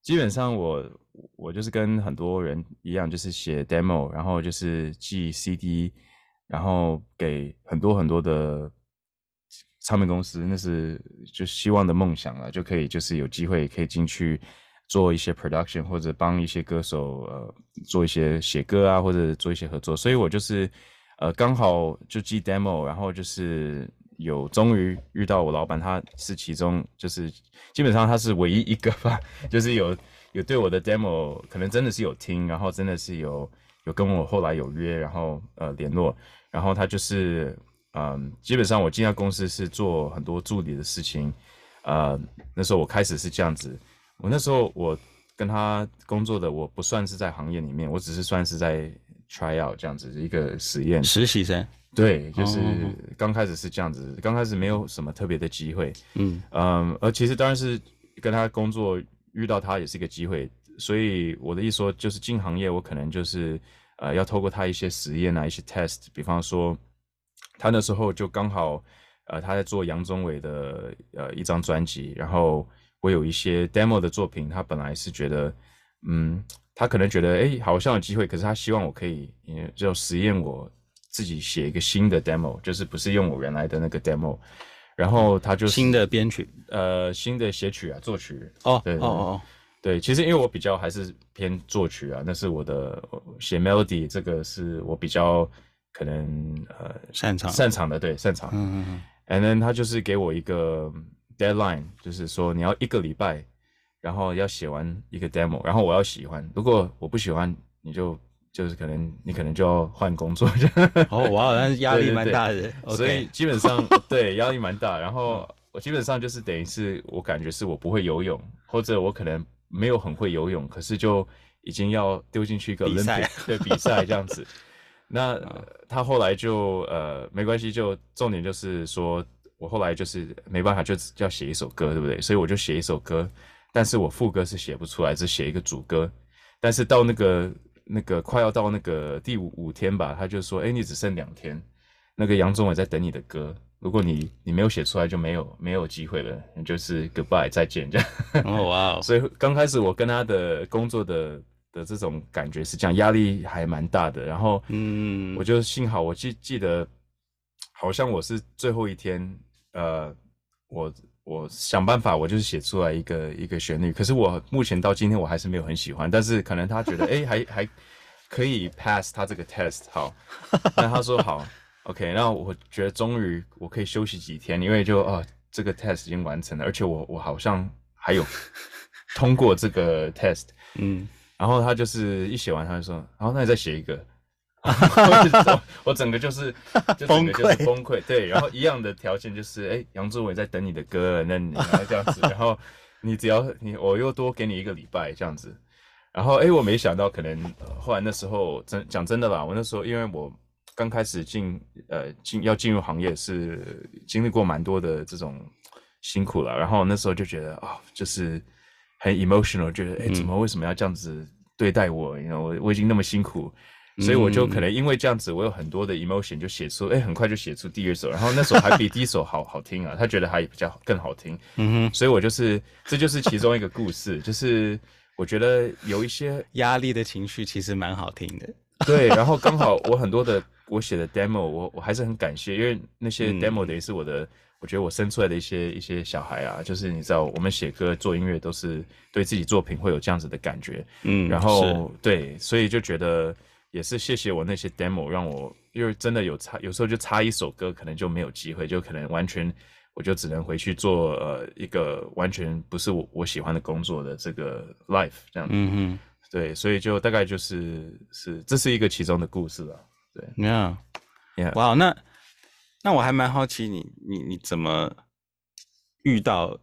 基本上我就是跟很多人一样，就是写 demo，然后就是寄 CD，然后给很多很多的唱片公司，那是就希望的梦想了，就可以就是有机会可以进去做一些 production，或者帮一些歌手做一些写歌啊，或者做一些合作。所以我就是刚好就寄 demo，然后就是终于遇到我老板，他是其中就是基本上他是唯一一个吧，就是有对我的 demo 可能真的是有听，然后真的是有跟我后来有约，然后联络，然后他就是基本上我进到公司是做很多助理的事情，那时候我开始是这样子，那时候我跟他工作的我不算是在行业里面，我只是算是在 try out 这样子一个实验实习生。 对，就是刚开始是这样子，刚开始没有什么特别的机会，而其实当然是跟他工作遇到他也是一个机会，所以我的意思说就是进行业，我可能就是要透过他一些实验啊，一些 test，比方说他那时候就刚好他在做杨宗纬的一张专辑，然后我有一些 demo 的作品，他本来是觉得他可能觉得好像有机会，可是他希望我可以就实验我自己写一个新的 demo， 就是不是用我原来的那个 demo， 然后他就是新的编曲， 新的写曲啊，作曲。对对，其实因为我比较还是偏作曲啊，那是我的写 melody， 这个是我比较可能擅长的，对，擅长。And then 他就是给我一个 deadline， 就是说你要1个礼拜，然后要写完一个 demo， 然后我要喜欢，如果我不喜欢，就是你可能就要换工作。 哇，那压力蛮大的。 对对对，所以基本上对压力蛮大。然后我基本上就是等于是我感觉是我不会游泳，或者我可能没有很会游泳，可是就已经要丢进去一个比赛， 对比赛这样子。那他后来就没关系，就重点就是说我后来就是没办法，就要写一首歌，对不对？所以我就写一首歌，但是我副歌是写不出来，只写一个主歌。但是到那个快要到那个第五天吧，他就说：“你只剩2天，那个杨宗纬在等你的歌，如果你没有写出来，就没有机会了，你就是 goodbye 再见这样。” 哇！ 所以刚开始我跟他的工作的这种感觉是这样，压力还蛮大的。然后我就幸好我记得，好像我是最后一天，我想办法，我就是写出来一个旋律。可是我目前到今天我还是没有很喜欢，但是可能他觉得还可以 pass 他这个 test 好，那他说好 OK， 那我觉得终于我可以休息几天，因为就这个 test 已经完成了，而且我好像还有通过这个 test，然后他就是一写完他就说，好，那你再写一个。我整个就是崩溃，对，然后一样的条件就是杨宗纬在等你的歌，那你要这样子，然后你只要我又多给你1个礼拜这样子，然后我没想到可能后来那时候讲真的啦，我那时候因为我刚开始要进入行业是经历过蛮多的这种辛苦了，然后那时候就觉得就是很 emotional， 觉得为什么要这样子对待我，我已经那么辛苦。所以我就可能因为这样子，我有很多的 emotion 就写出，很快就写出第2首，然后那首还比第1首好听啊，他觉得还比较更好听，所以我这就是其中一个故事，就是我觉得有一些压力的情绪其实蛮好听的， 对，然后刚好我很多的我写的 demo，我还是很感谢，因为那些 demo 等于是我觉得我生出来的一些小孩啊，就是你知道，我们写歌做音乐都是对自己作品会有这样子的感觉，然后对，所以就觉得。也是谢谢我那些 demo， 让我因为真的有时候就差1首歌，可能就没有机会，就可能完全我就只能回去做一个完全不是我喜欢的工作的这个 life 这样子。对，所以就大概这是一个其中的故事了。对哇，那我还蛮好奇你怎么遇到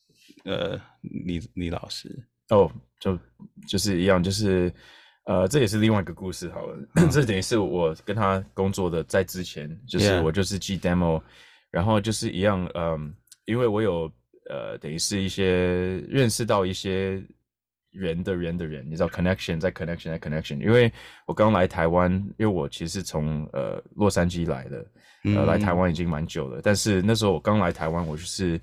李老师？ 就是一样，就是这也是另外一个故事好了。这等于是我跟他工作的在之前，就是我就是寄 demo， 然后就是一样，因为我有等于是一些认识到一些人，你知道 connection 在 connection 在 connection， 因为我刚来台湾，因为我其实是从洛杉矶来的，来台湾已经蛮久了，但是那时候我刚来台湾，我就是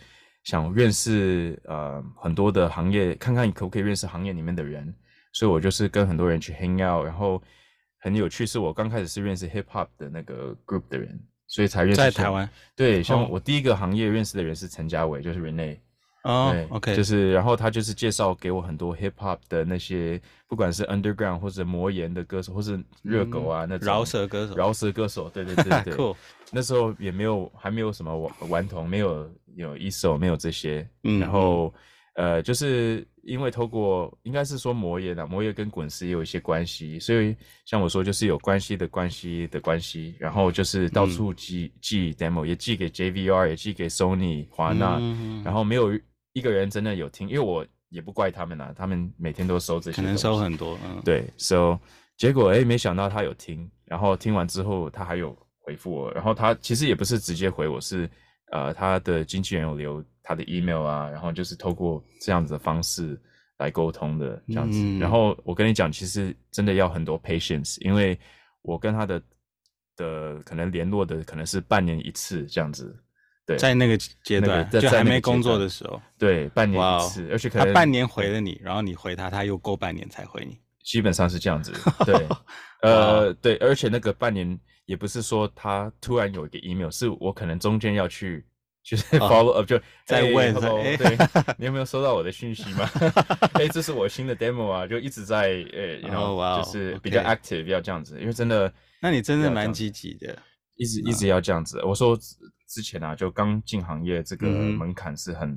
想认识很多的行业，看看可不可以认识行业里面的人，所以我就是跟很多人去 hang out，然后很有趣，是我刚开始是认识 hip hop 的那个 group 的人，所以才认识在台湾。 对，像我第一个行业认识的人是陈家伟，就是 Rene。对 ，OK， 就是然后他就是介绍给我很多 hip hop 的那些，不管是 underground 或者魔岩的歌手，或是热狗啊那种饶舌歌手， 饶舌歌手，对对对对。 cool。 那时候也还没有什么顽童，没有一手，没有这些。然后就是因为透过应该是说魔岩啊，魔岩跟滚石也有一些关系，所以像我说就是有关系的关系的关系，然后就是到处寄 demo，也寄给 JVR， 也寄给 Sony 华纳，然后没有一个人真的有听，因为我也不怪他们啊，他们每天都收这些东西， 可能收很多， 对 ，so 结果没想到他有听，然后听完之后他还有回复我，然后他其实也不是直接回我，是他的经纪人有留他的 email 啊，然后就是透过这样子的方式来沟通的这样子，然后我跟你讲，其实真的要很多 patience， 因为我跟他的可能联络的可能是半年一次这样子。对， 在那个阶段，就还没工作的时候， 对，半年一次，而且可能他半年回了你，然后你回他，他又过半年才回你， 基本上是这样子。对，对，而且那个半年也不是说他突然有一个 email， 是我可能中间要去就是 follow up， 就再问说， 对，你有没有收到我的讯息吗？这是我新的 demo 啊，就一直在就是比较 active 要这样子，因为真的， 那你真的蛮积极的。 一直要这样子。我说之前啊，就刚进行业，这个门槛是很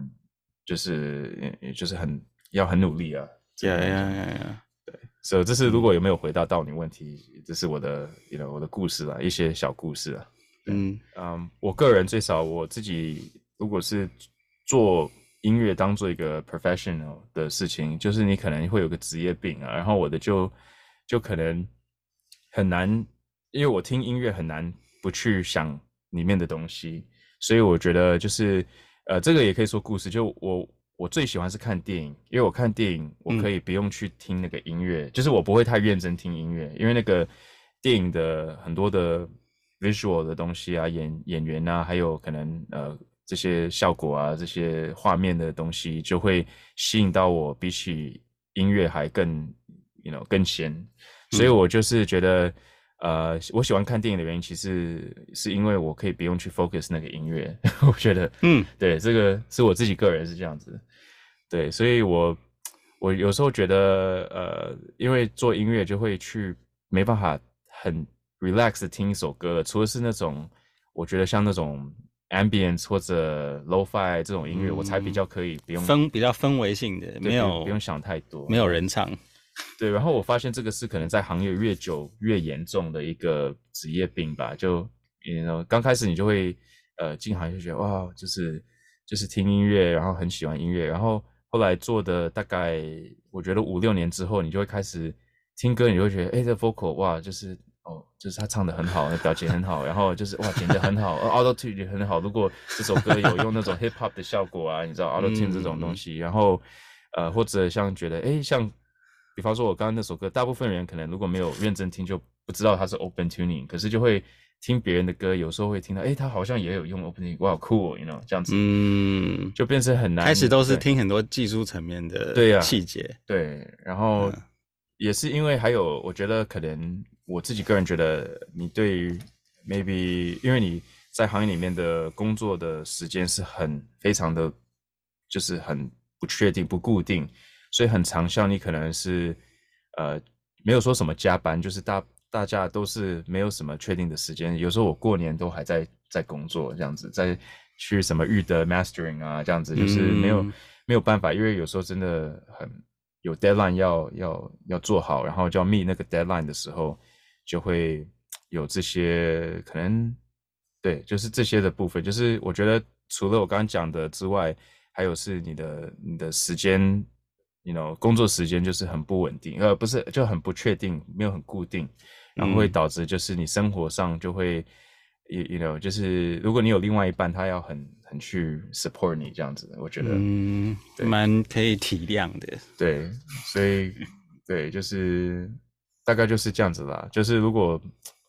就是很努力啊。对，所以这是如果有没有回答到你问题，这是我的我的故事啦，一些小故事啊。我个人最少我自己如果是做音乐当做一个 professional 的事情，就是你可能会有个职业病啊，然后我的就可能很难，因为我听音乐很难不去想里面的东西，所以我觉得就是这个也可以说故事，就我最喜欢是看电影，因为我看电影我可以不用去听那个音乐，就是我不会太认真听音乐，因为那个电影的很多的 visual 的东西啊，演员啊，还有可能这些效果啊，这些画面的东西就会吸引到我，比起音乐还更更先，所以我就是觉得我喜欢看电影的原因，其实是因为我可以不用去 focus 那个音乐，我觉得对，这个是我自己个人是这样子，对，所以我有时候觉得因为做音乐就会去没办法很 relax 的听一首歌了，除了是那种我觉得像那种 ambience 或者 lo-fi 这种音乐，我才比较可以不用比较氛围性的，不用想太多， 没有人唱。 对，然后我发现这个是可能在行业越久越严重的一个职业病吧。就刚开始你就会进行就觉得哇，就是听音乐，然后很喜欢音乐，然后后来做的大概我觉得5、6年之后，你就会开始听歌，你就会觉得这 vocal 哇，就是就是他唱的很好，表情很好，然后就是哇剪得很好，auto tune 也很好。如果这首歌有用那种 hip hop 的效果啊，你知道 auto tune 这种东西，然后或者像觉得像。比方说，我刚刚那首歌，大部分人可能如果没有认真听，就不知道它是 open tuning， 可是就会听别人的歌，有时候会听到，他好像也有用 open tuning， 哇，cool， 这样子，就变成很难。 开始都是听很多技术层面的细节， 对，然后也是因为还有，我觉得可能我自己个人觉得，你对于 maybe 因为你在行业里面的工作的时间是非常的，就是很不确定、不固定。所以很长效，你可能是没有说什么加班，就是大家都是没有什么确定的时间。有时候我过年都还在工作，这样子，在去什么预的 mastering 啊，这样子，就是没有办法，因为有时候真的很有 deadline 要做好，然后就要 meet 那个 deadline 的时候，就会有这些可能，对，就是这些的部分。就是我觉得除了我刚刚讲的之外，还有是你的时间。工作时间就是很不稳定，不是就很不确定，没有很固定，然后会导致就是你生活上就会就是如果你有另外一半，他要很去 support 你这样子，我觉得蛮可以体谅的。 对，所以对，就是大概就是这样子啦。就是如果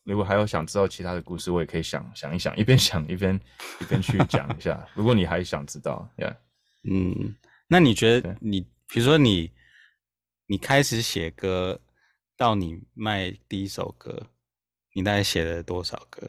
如果还有想知道其他的故事，我也可以想一想，一边想一边去讲一下。如果你还想知道那你觉得比如说你开始写歌到你卖第一首歌，你大概写了多少歌？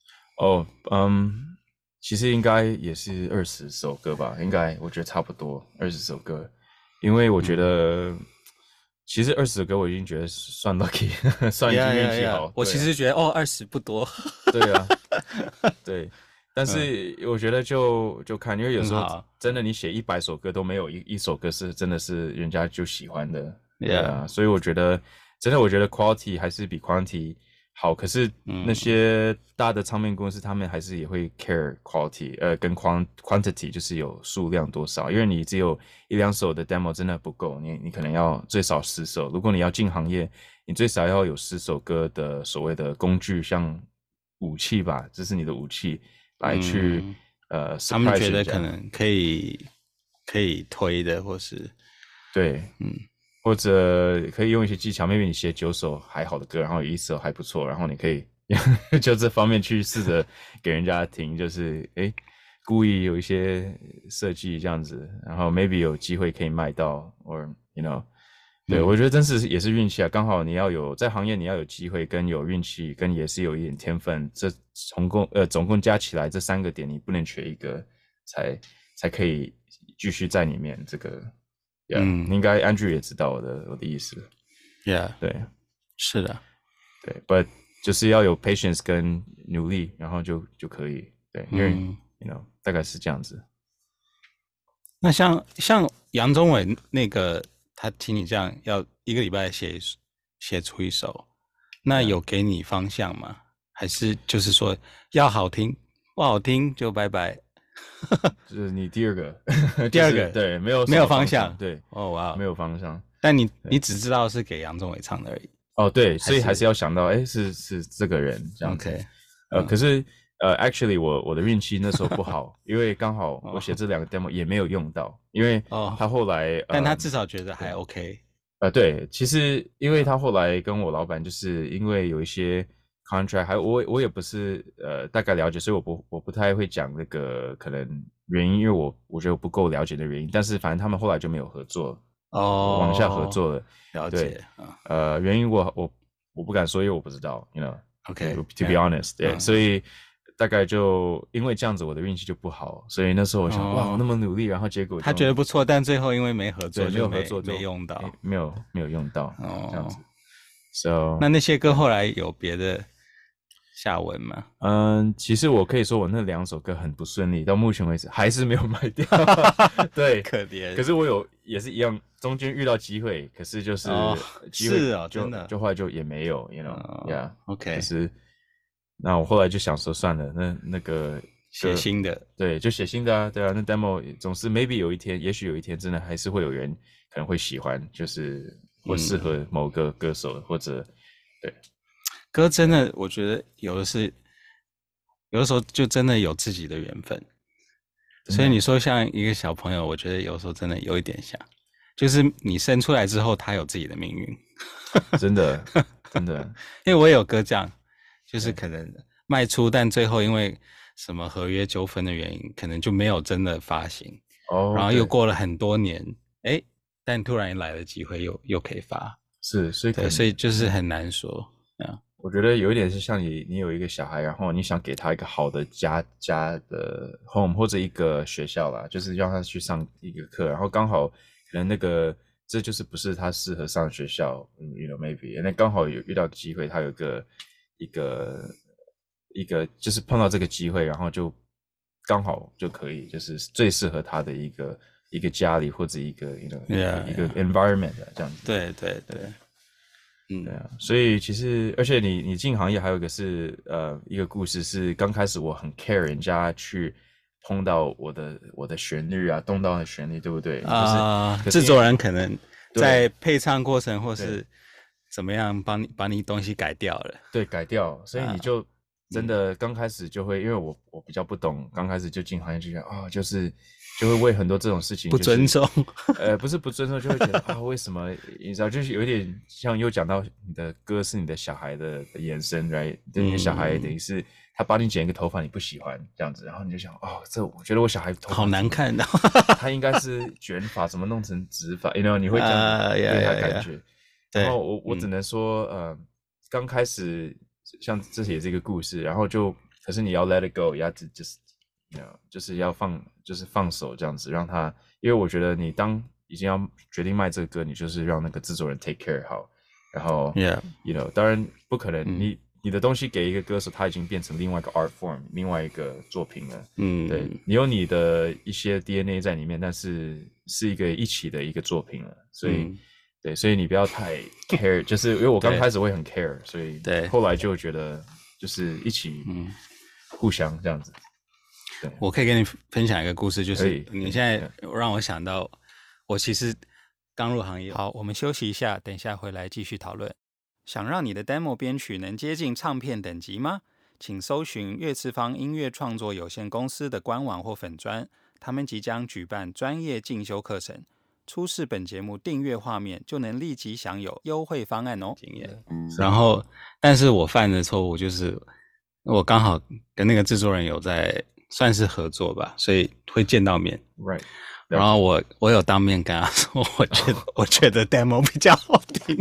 其实应该也是20首歌吧，应该我觉得差不多20首歌，因为我觉得。其实20首歌我已经觉得算 lucky， 算已经运气好。 我其实觉得20不多。 对啊，对，但是我觉得就看，因为有时候真的你写100首歌都没有一首歌是真的是人家就喜欢的，对啊，所以我觉得真的我觉得 quality 还是比 quantity 好，可是那些大的唱片公司他们还是也会 care quality，跟 quantity 就是有数量多少，因为你只有1-2首的 demo 真的不够，你可能要最少10首，如果你要进行业，你最少要有10首歌的所谓的工具，像武器吧，这是你的武器来去他们觉得可能可以推的，或是对，或者可以用一些技巧 ，maybe 你写9首还好的歌，然后有1首还不错，然后你可以就这方面去试着给人家听，就是故意有一些设计这样子，然后 maybe 有机会可以卖到 ，or you know， 对，我觉得真是也是运气啊，刚好你要有在行业你要有机会跟有运气，跟也是有一点天分，这总共加起来这3个点你不能缺一个，才可以继续在里面这个。应该 Andrew 也知道我的意思。对， 是的， 对 ，but 就是要有 patience 跟努力，然后就可以，对，因为you know 大概是这样子。 那像杨宗纬那个，他听你这样要1个礼拜写出1首，那有给你方向吗？还是就是说要好听，不好听就拜拜？ 就是你第二个，对，没有方向， 对， 哇， 没有方向。 但你只知道是给杨宗纬唱的而已。 对，所以还是要想到，是这个人这样子。可是actually 我的运气那时候不好，因为刚好我写这2个 demo 也没有用到，因为他后来， 但他至少觉得还 OK。 对，其实因为他后来跟我老板就是因为有一些。contract 还我也不是大概了解，所以我不太会讲那个可能原因，因为我觉得我不够了解的原因。但是反正他们后来就没有合作往下合作了。 了解。 原因我不敢说，因为我不知道 ，you know。OK，to be honest， 对，所以大概就因为这样子，我的运气就不好。所以那时候我想，哇，那么努力，然后结果他觉得不错，但最后因为没合作， 没有合作没用到， 没有用到这样子。So 那些歌后来有别的下文吗？ 其实我可以说我那2首歌很不顺利，到目前为止还是没有卖掉。对， 可怜。 可是我也是一样，中间遇到机会，可是就是机会真的就后来就也没有 ，you know，yeah，OK。可是那我后来就想说算了，那个写新的， 对，就写新的啊，对啊，那 demo 总是 maybe 有一天，也许有一天真的还是会有人可能会喜欢，就是或适合某个歌手或者对。 歌真的，我觉得有的时候就真的有自己的缘分，所以你说像一个小朋友，我觉得有时候真的有一点像，就是你生出来之后，他有自己的命运。 真的， 因为我也有歌这样，就是可能卖出，但最后因为什么合约纠纷的原因，可能就没有真的发行。然后又过了很多年，但突然来了机会又可以发。 是， 所以就是很难说。 我觉得有一点是像你有一个小孩，然后你想给他一个好的家的 home 或者一个学校啦，就是让他去上一个课，然后刚好可能这就是不是他适合上的学校，you know maybe， 那刚好有遇到机会，他有一个就是碰到这个机会，然后就刚好就可以，就是最适合他的一个家里或者一个 you know 一个 environment 这样子。 对。 对啊，所以其实，而且你进行业还有一个是一个故事是刚开始我很 care 人家去碰到我的旋律啊，动到的旋律，对不对？ 就是制作人可能在配唱过程或是怎么样把你东西改掉了， 对，改掉，所以你就真的刚开始就会，因为我比较不懂，刚开始就进行业就觉得就是就会为很多这种事情、 不尊重， 不是不尊重，就会觉得啊，为什么你知道，就是有一点像又讲到你的歌是你的小孩的延伸，right？你的小孩等于是他帮你剪一个头发，你不喜欢这样子，然后你就想，哦，这我觉得我小孩头发好难看的， 他应该是卷发，怎么弄成直发？you know， 你会这样对他感觉。然后我只能说，刚开始像这也是一个故事，然后可是你要 let it go， you have to just就是要放手这样子，让他，因为我觉得你当已经要决定卖这个歌，你就是让那个制作人 take care 好，然后 you know， 当然不可能你的东西给一个歌手，他已经变成另外一个 art form， 另外一个作品了，对，你有你的一些 DNA 在里面，但是一个一起的一个作品了，所以。对，所以你不要太 care， 就是因为我刚开始会很 care， 所以后来就觉得就是一起互相这样子。对， 我可以跟你分享一个故事，就是你现在让我想到，我其实刚入行业。好，我们休息一下，等一下回来继续讨论。想让你的 demo 编曲能接近唱片等级吗？请搜寻乐次方音乐创作有限公司的官网或粉专，他们即将举办专业进修课程。出示本节目订阅画面，就能立即享有优惠方案哦。经验，然后，但是我犯的错误就是，我刚好跟那个制作人有在算是合作吧，所以会见到面。 Right。 然后我有当面跟他说，我觉得 demo 比较好听。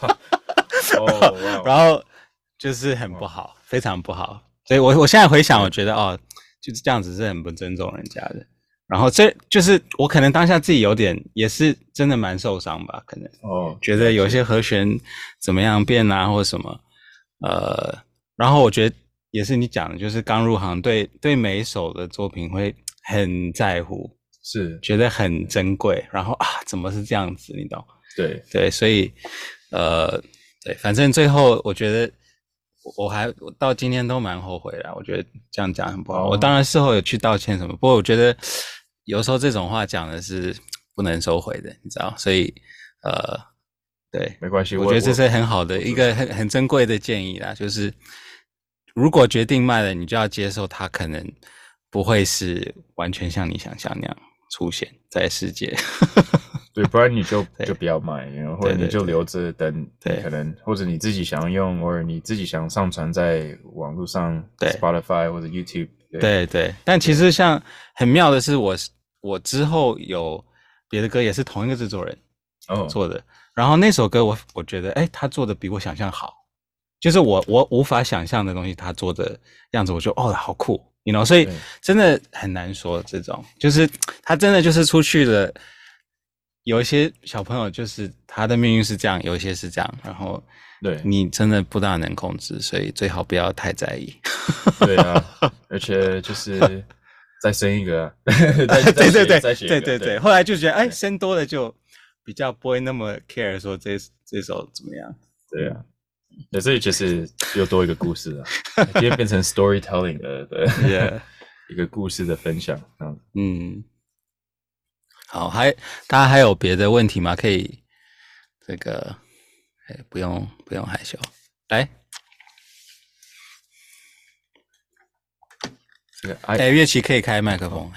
然后就是很不好，非常不好。所以我现在回想，我觉得就是这样子是很不尊重人家的。然后这就是我可能当下自己有点也是真的蛮受伤吧，可能觉得有些和弦怎么样变啊或什么，然后我觉得也是你讲的，就是刚入行对每一首的作品会很在乎， 是觉得很珍贵，然后怎么是这样子，你懂？对，所以对，反正最后我觉得我到今天都蛮后悔的，我觉得这样讲很不好。我当然事后有去道歉什么，不过我觉得有时候这种话讲的是不能收回的，你知道？所以对， 没关系， 我觉得这是很好的一个很珍贵的建议啦，就是如果决定卖了，你就要接受它可能不会是完全像你想象那样出现在世界。 对，不然你就不要卖，或者你就留着等，可能或者你自己想要用，或者你自己想上传在网络上 ，Spotify 或者 YouTube。 对，但其实像很妙的是，我之后有别的歌也是同一个制作人做的，然后那首歌我觉得他做的比我想象好，就是我无法想象的东西，他做的样子，我就好酷，you know， 所以真的很难说这种，就是他真的就是出去了。有一些小朋友就是他的命运是这样，有一些是这样，然后你真的不大能控制，所以最好不要太在意。 对啊，而且就是再生一个， 对，后来就觉得生多了就比较不会那么 care 说这首怎么样。 对啊，所以就是又多一个故事了，今天变成 storytelling 的一个故事的分享。 好，大家还有别的问题吗？可以这个不用害羞，来，这个乐器可以开麦克风。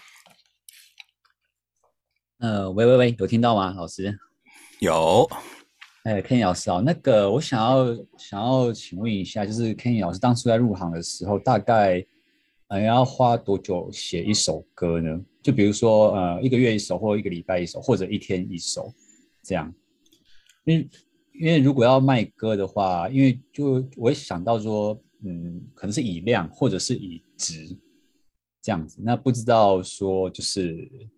喂，有听到吗，老师？ 有。 Kenny 老师那个我想要请问一下，就是 Kenny 老师当初在入行的时候，大概要花多久写一首歌呢？就比如说1个月一首，或1个礼拜一首，或者1天一首，这样。因为如果要卖歌的话，因为就我会想到说，可能是以量或者是以值这样子。那不知道说就是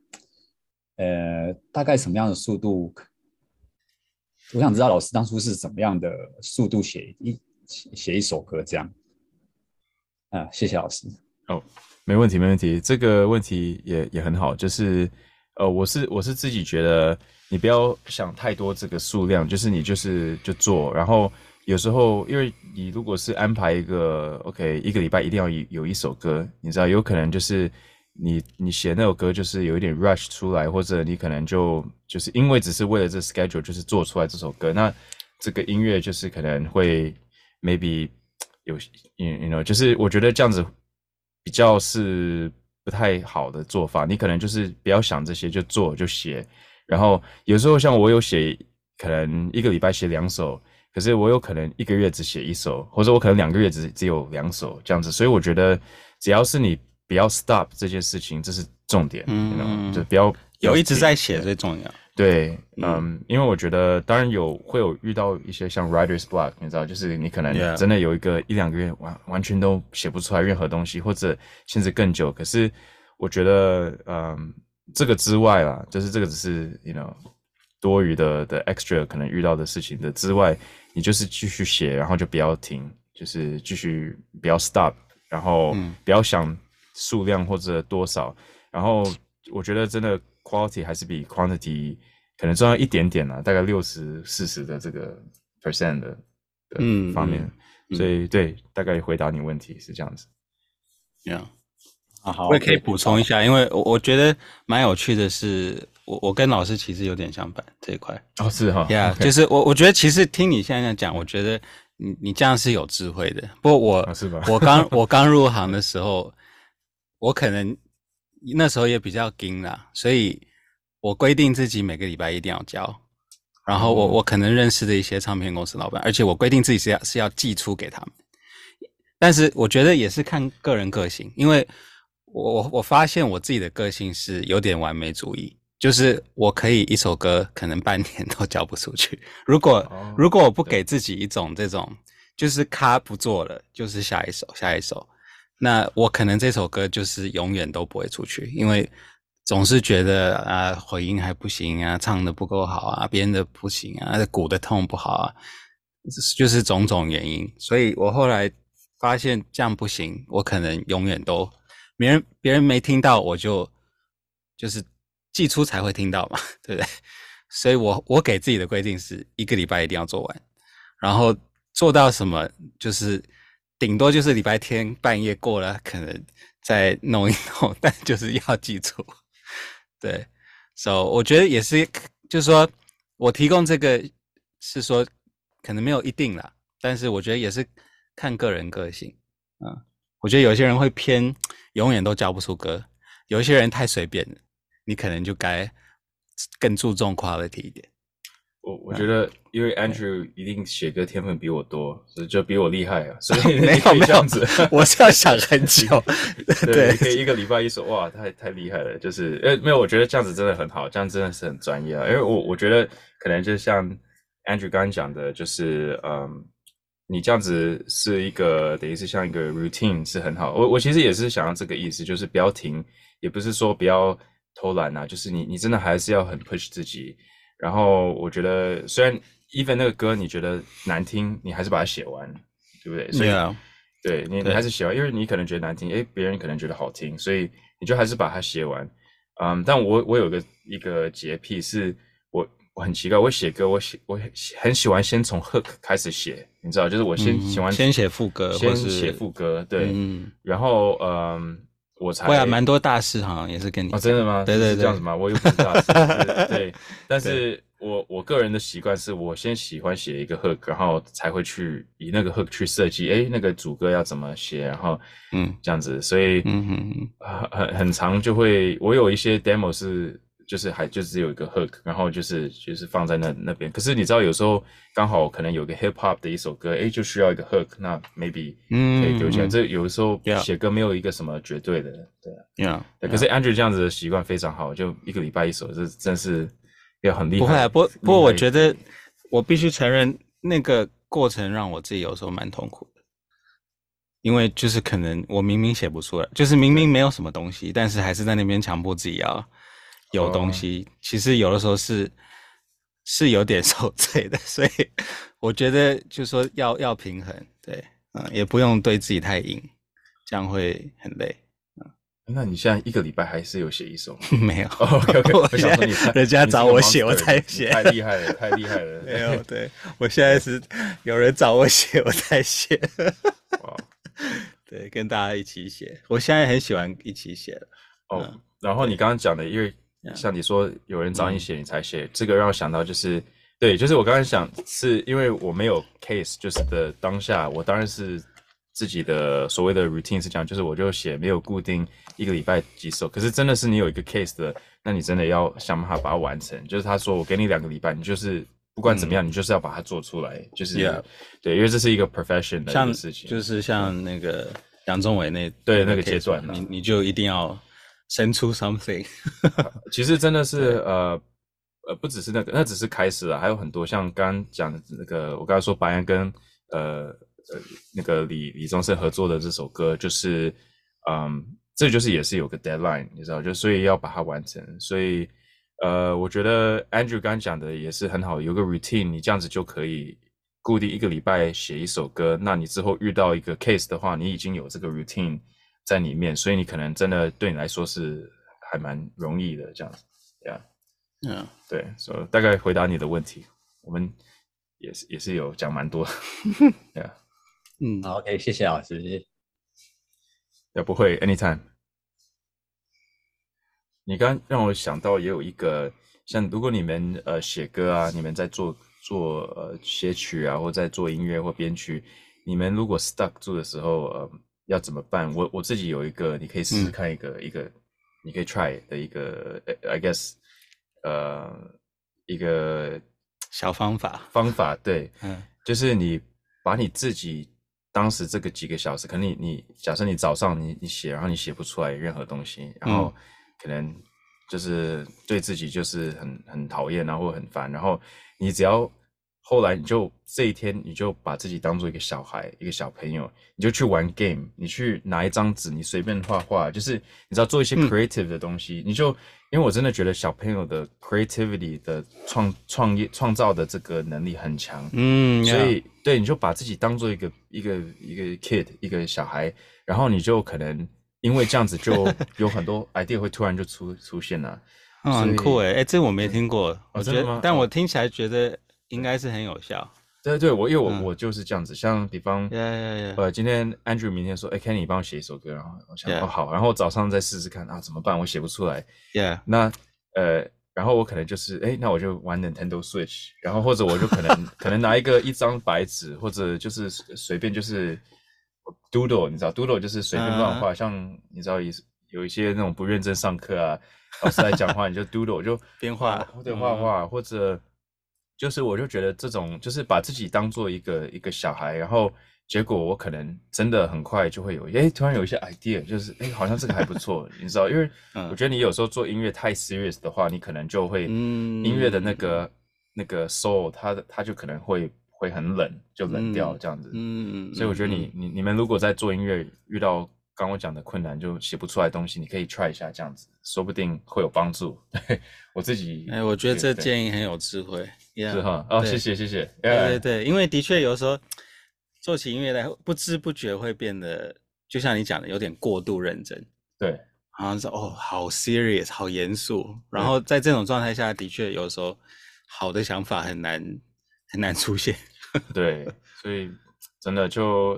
大概什么样的速度？我想知道老师当初是怎么样的速度写一首歌这样。谢谢老师。 没问题，这个问题也很好，就是我是自己觉得你不要想太多这个数量，就是你就做，然后有时候因为你如果是安排一个 OK 1个礼拜一定要有一首歌，你知道有可能就是你写那首歌就是有一点 rush 出来，或者你可能就是因为只是为了这 schedule 就是做出来这首歌，那这个音乐就是可能会 maybe 有就是我觉得这样子比较是不太好的做法。你可能就是不要想这些，就做就写。然后有时候像我有写，可能1个礼拜写2首，可是我有可能1个月只写1首，或者我可能2个月只有2首这样子。所以我觉得只要是你不要 stop 这件事情，这是重点，就不要有一直在写最重要。 对，因为我觉得当然会有遇到一些像 writer's block， 你知道，就是你可能真的有1-2个月完全都写不出来任何东西，或者甚至更久。可是我觉得，这个之外啦，就是这个只是多余的 extra 可能遇到的事情的之外，你就是继续写，然后就不要停，就是继续不要 stop， 然后不要想数量或者多少，然后我觉得真的 quality 还是比 quantity 可能重要一点点啦，大概60-40的这个 percent 的方面，所以对，大概回答你问题是这样子。 好， 我也可以补充一下，因为我觉得蛮有趣的是，我跟老师其实有点相反这一块。 哦，是哈 ，Yeah， 就是我觉得其实听你现在这样讲，我觉得你这样是有智慧的。不过是吧？ 我刚入行的时候，我可能那时候也比较紧啦，所以我规定自己每个礼拜一定要交。然后我可能认识的一些唱片公司老板，而且我规定自己是要寄出给他们。但是我觉得也是看个人个性，因为我发现我自己的个性是有点完美主义，就是我可以一首歌可能半年都交不出去。如果我不给自己一种这种，就是咔不做了，就是下一首，那我可能这首歌就是永远都不会出去，因为总是觉得回音还不行啊，唱的不够好啊，编的不行啊，鼓的痛不好啊，就是种种原因。所以我后来发现这样不行，我可能永远都别人没听到，我就是寄出才会听到嘛，对不对？所以我给自己的规定是1个礼拜一定要做完，然后做到什么就是顶多就是礼拜天半夜过了，可能再弄一弄，但就是要寄出。对 ，so 我觉得也是，就是说我提供这个是说可能没有一定啦，但是我觉得也是看个人个性。我觉得有些人会偏永远都交不出歌，有一些人太随便了，你可能就该更注重 quality 一点。 我觉得，因为 Andrew 一定写歌天分比我多，所以就比我厉害啊，所以没有这样子， 我是要想很久。 对，可以1个礼拜1首，哇，太厉害了，就是没有，我觉得这样子真的很好，这样真的是很专业啊，因为我觉得可能就像 Andrew 刚刚讲的，就是你这样子是一个等于是像一个 routine 是很好。我其实也是想要这个意思，就是不要停，也不是说不要偷懒啊，就是你真的还是要很 push 自己。然后我觉得虽然 even 那个歌你觉得难听，你还是把它写完，对不对？所以对你还是写完，因为你可能觉得难听，别人可能觉得好听，所以你就还是把它写完。但我有一个洁癖是我很奇怪，我写歌我很喜欢先从 hook 开始写，你知道，就是我先写副歌， 先写副歌，对，然后我才会啊，蛮多大师好像也是跟你真的吗？ 对， 是这样子吗？我又不是大师，对，但是我个人的习惯是我先喜欢写一个 hook， 然后才会去以那个 hook 去设计，那个主歌要怎么写，然后这样子，所以很长就会，我有一些 demo 是。就只有一个 hook， 然后就是放在那边。可是你知道，有时候刚好可能有个 hip hop 的一首歌，就需要一个 hook， 那 maybe 可以丢进来。这有的时候写歌没有一个什么绝对的，对啊。可是 Andrew 这样子的习惯非常好，就1个礼拜1首，这真是要很厉害。 不会啊，不过我觉得我必须承认，那个过程让我自己有时候蛮痛苦的，因为就是可能我明明写不出来，就是明明没有什么东西，但是还是在那边强迫自己要有东西，其实有的时候是有点受罪的，所以我觉得就是说要平衡，对，也不用对自己太硬，这样会很累。 那你现在1个礼拜还是有写1首吗？ 没有。 OK， 我想说人家找我写我才写， 太厉害了，太厉害了。 没有，对，我现在是有人找我写我才写。哇，对，跟大家一起写，我现在很喜欢一起写了。 然后你刚刚讲的，因为像你说有人找你写你才写，这个让我想到就是对，就是我刚才想是因为我没有 case， 就是的当下我当然是自己的所谓的 routine 是这样，就是我就写没有固定一个礼拜几首，可是真的是你有一个 case 的，那你真的要想办法把它完成。就是他说我给你2个礼拜，你就是不管怎么样，你就是要把它做出来，就是、对，因为这是一个 profession 的一个事情， 就是像那个杨宗纬对那个阶段， 你就一定要生出 something 其实真的是不只是那只是开始了，还有很多像刚刚讲的那个，我刚才说白安跟那个李宗盛合作的这首歌，就是这就是也是有个 deadline， 你知道，就所以要把它完成。所以我觉得 Andrew 刚刚讲的也是很好，有个 routine， 你这样子就可以固定1个礼拜写一首歌。那你之后遇到一个 case 的话，你已经有这个 routine 在里面，所以你可能真的对你来说是还蛮容易的这样子，对，所以大概回答你的问题，我们也是有讲蛮多的， 好 ，OK， 谢谢老师。 不会 ，anytime。你刚刚让我想到也有一个，像如果你们写歌啊，你们在做写曲啊，或在做音乐或编曲，你们如果 stuck 住的时候，要怎么办？我自己有一个，你可以试试看一个你可以 try 的一个 I guess 一个小方法， 对，就是你把你自己当时这个几个小时，可能你假设你早上你写，然后你写不出来任何东西，然后可能就是对自己就是很讨厌，然后很烦，然后你只要后来你就这一天你就把自己当做一个小孩，一个小朋友，你就去玩 game， 你去拿一张纸，你随便画画，就是你知道做一些 creative 的东西，你就因为我真的觉得小朋友的 creativity 的创造的这个能力很强，所以对你就把自己当做一个 kid， 一个小孩，然后你就可能因为这样子就有很多 idea 会突然就出现了， 很酷诶，这我没听过，我觉得， 真的吗？ 但我听起来觉得应该是很有效。 对，因为我就是这样子，像比方，今天 Andrew 明天说，Kenny 你帮我写一首歌，然后我想好，然后早上再试试看啊，怎么办？我写不出来。那然后我可能就是那我就玩 Nintendo Switch， 然后或者我就可能拿一张白纸，或者就是随便就是 Doodle， 你知道 Doodle 就是随便乱画，像你知道有一些那种不认真上课啊，老师来讲话你就 Doodle 就边画或者画画，或者就是我就觉得这种就是把自己当做一个小孩，然后结果我可能真的很快就会有突然有一些 idea， 就是好像这个还不错，你知道，因为我觉得你有时候做音乐太 serious 的话，你可能就会音乐的那个 soul 它就可能会很冷，就冷掉这样子。所以我觉得你们如果在做音乐遇到刚我讲的困难，就写不出来的东西，你可以 try 一下这样子，说不定会有帮助。对我自己， 我觉得这建议很有智慧， 是哈，谢谢。 对，因为的确有时候做起音乐来，不知不觉会变得，就像你讲的，有点过度认真。 对， 好像是好 serious， 好严肃。然后在这种状态下，的确有时候好的想法很难出现。 对，所以真的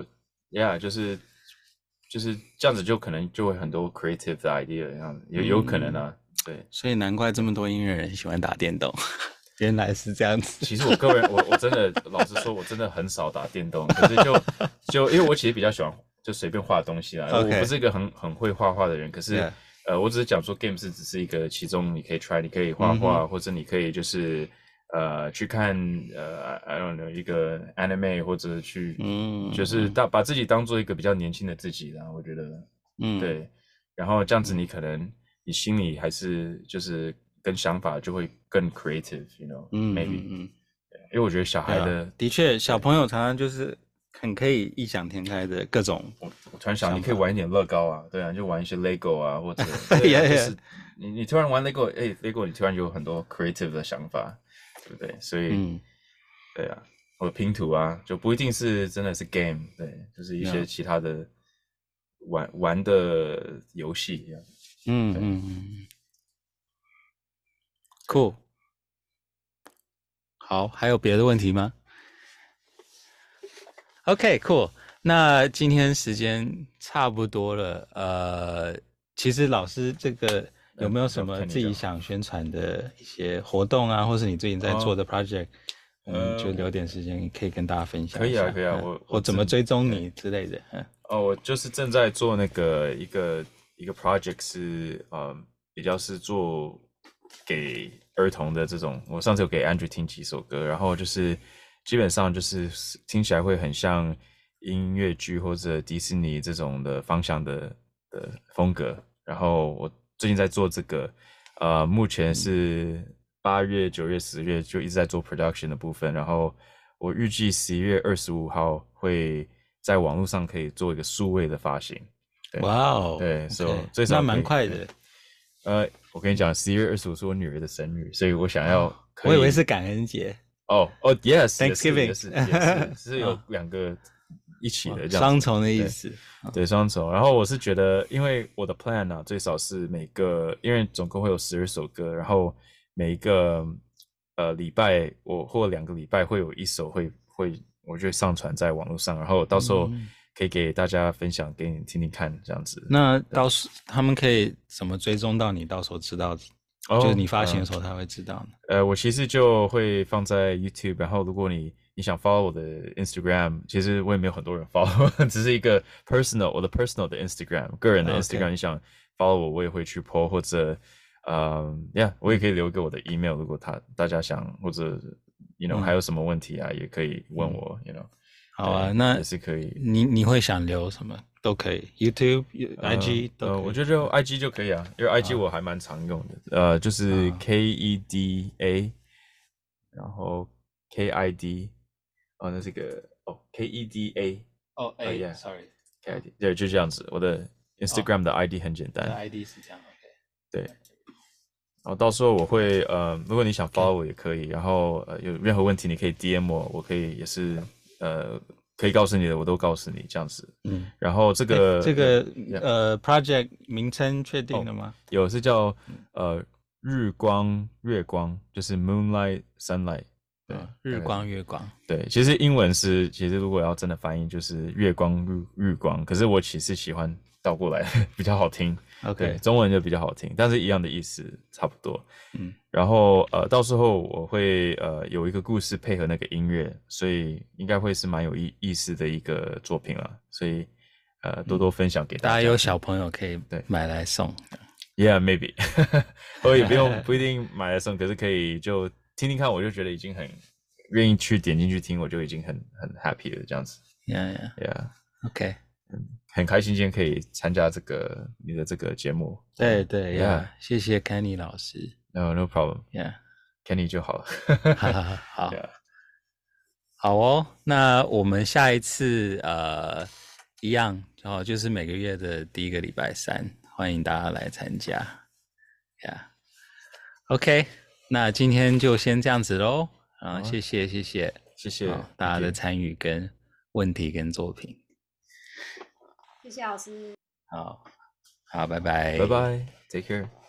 就是这样子，就可能就会很多 creative 的 idea， 这样子有可能啊。对， 所以难怪这么多音乐人喜欢打电动，原来是这样子。 其实我个人，我真的老实说，我真的很少打电动，可是就因为我其实比较喜欢就随便画东西啦。我不是一个很会画画的人，可是我只是讲说 game 只是一个其中你可以 try， 你可以画画，或者你可以就是去看I don't know 一个 anime， 或者去就是把自己当做一个比较年轻的自己啦，我觉得对，然后这样子你可能你心里还是就是跟想法就会更 creative，you know，maybe，因为我觉得小孩的确小朋友常常就是很可以异想天开的各种。 我突然想，你可以玩一点乐高啊，对啊，就玩一些 Lego 啊，或者就是你突然玩 Lego，Lego 你突然有很多 creative 的想法，对不对？所以对啊，或者拼图啊，就不一定是真的是 game， 对，就是一些其他的玩的游戏一样。 Cool。好，还有别的问题吗 ？OK， cool。那今天时间差不多了，其实老师这个有没有什么自己想宣传的一些活动啊，或是你最近在做的 project， 我们就留点时间可以跟大家分享可以啊， 一下。 可以啊， 我怎么追踪你之类的。 我就是正在做那个一个 project 是比较是做给儿童的这种。我上次有给 Andrew 听几首歌，然后就是基本上就是听起来会很像音乐剧或者迪士尼这种的方向的风格。然后我最近在做这个，目前是8月、9月、10月就一直在做 production 的部分，然后我预计11月25号会在网络上可以做一个数位的发行。 哇哦， 对， okay, 所以最少那蛮快的。 我跟你讲，11月25是我女儿的生日，所以我想要我以为是感恩节。 Yes， Thanksgiving 也是有2个一起的这样子， 双重的意思。 对，双重。然后我是觉得，因为我的 plan 啊，最少是因为总共会有12首歌，然后每一个礼拜或2个礼拜会有一首我就会上传在网络上，然后到时候可以给大家分享给你听听看这样子。 那到时他们可以怎么追踪到你？到时候知道，就是你发行的时候他会知道呢？ 我其实就会放在 YouTube， 然后如果你想 follow 我的 Instagram， 其实我也没有很多人 follow， 只是一个我的 personal 的 Instagram， 个人的 Instagram， 你想 follow 我也会去 po， 或者我也可以留给我的 email， 如果大家想，或者还有什么问题啊，也可以问我好啊，那也是可以。 你会想留什么都可以 ，YouTube、IG 都可以。 我觉得 IG 就可以啊，因为 IG 我还蛮常用的，就是 KEDA， 然后 KID， 那是个KEDA， sorry， KID， 对，就这样子。我的 Instagram 的 ID 很简单 ，ID 是这样 ，OK。 对，然后到时候我会如果你想 follow 我也可以，然后有任何问题你可以 DM 我，我可以也是可以告诉你的我都告诉你这样子。然后这个 project 名称确定了吗？ 有，是叫日光月光，就是 Moonlight Sunlight。对， 日光月光。 对，其实英文其实如果要真的翻译就是月光日光，可是我其实喜欢倒过来比较好听。 OK， 中文就比较好听，但是一样的意思差不多。然后到时候我会有一个故事配合那个音乐，所以应该会是蛮有意思的一个作品啦。所以多多分享给大家。 大家有小朋友可以买来送。 Yeah, maybe 我也不一定买来送，可是可以就听听看，我就觉得已经很愿意去点进去听，我就已经很 happy 了这样子。 Yeah. OK。 很开心今天可以参加你的这个节目。 对，Yeah， 谢谢 Kenny 老师。 No problem。Yeah， Kenny 就好了。 好，好哦。那我们下一次一样就是每个月的第1个礼拜3，欢迎大家来参加。OK， 那今天就先这样子咯。谢谢大家的参与跟问题跟作品。 谢谢老师。 好，拜拜。 拜拜 ，Take care。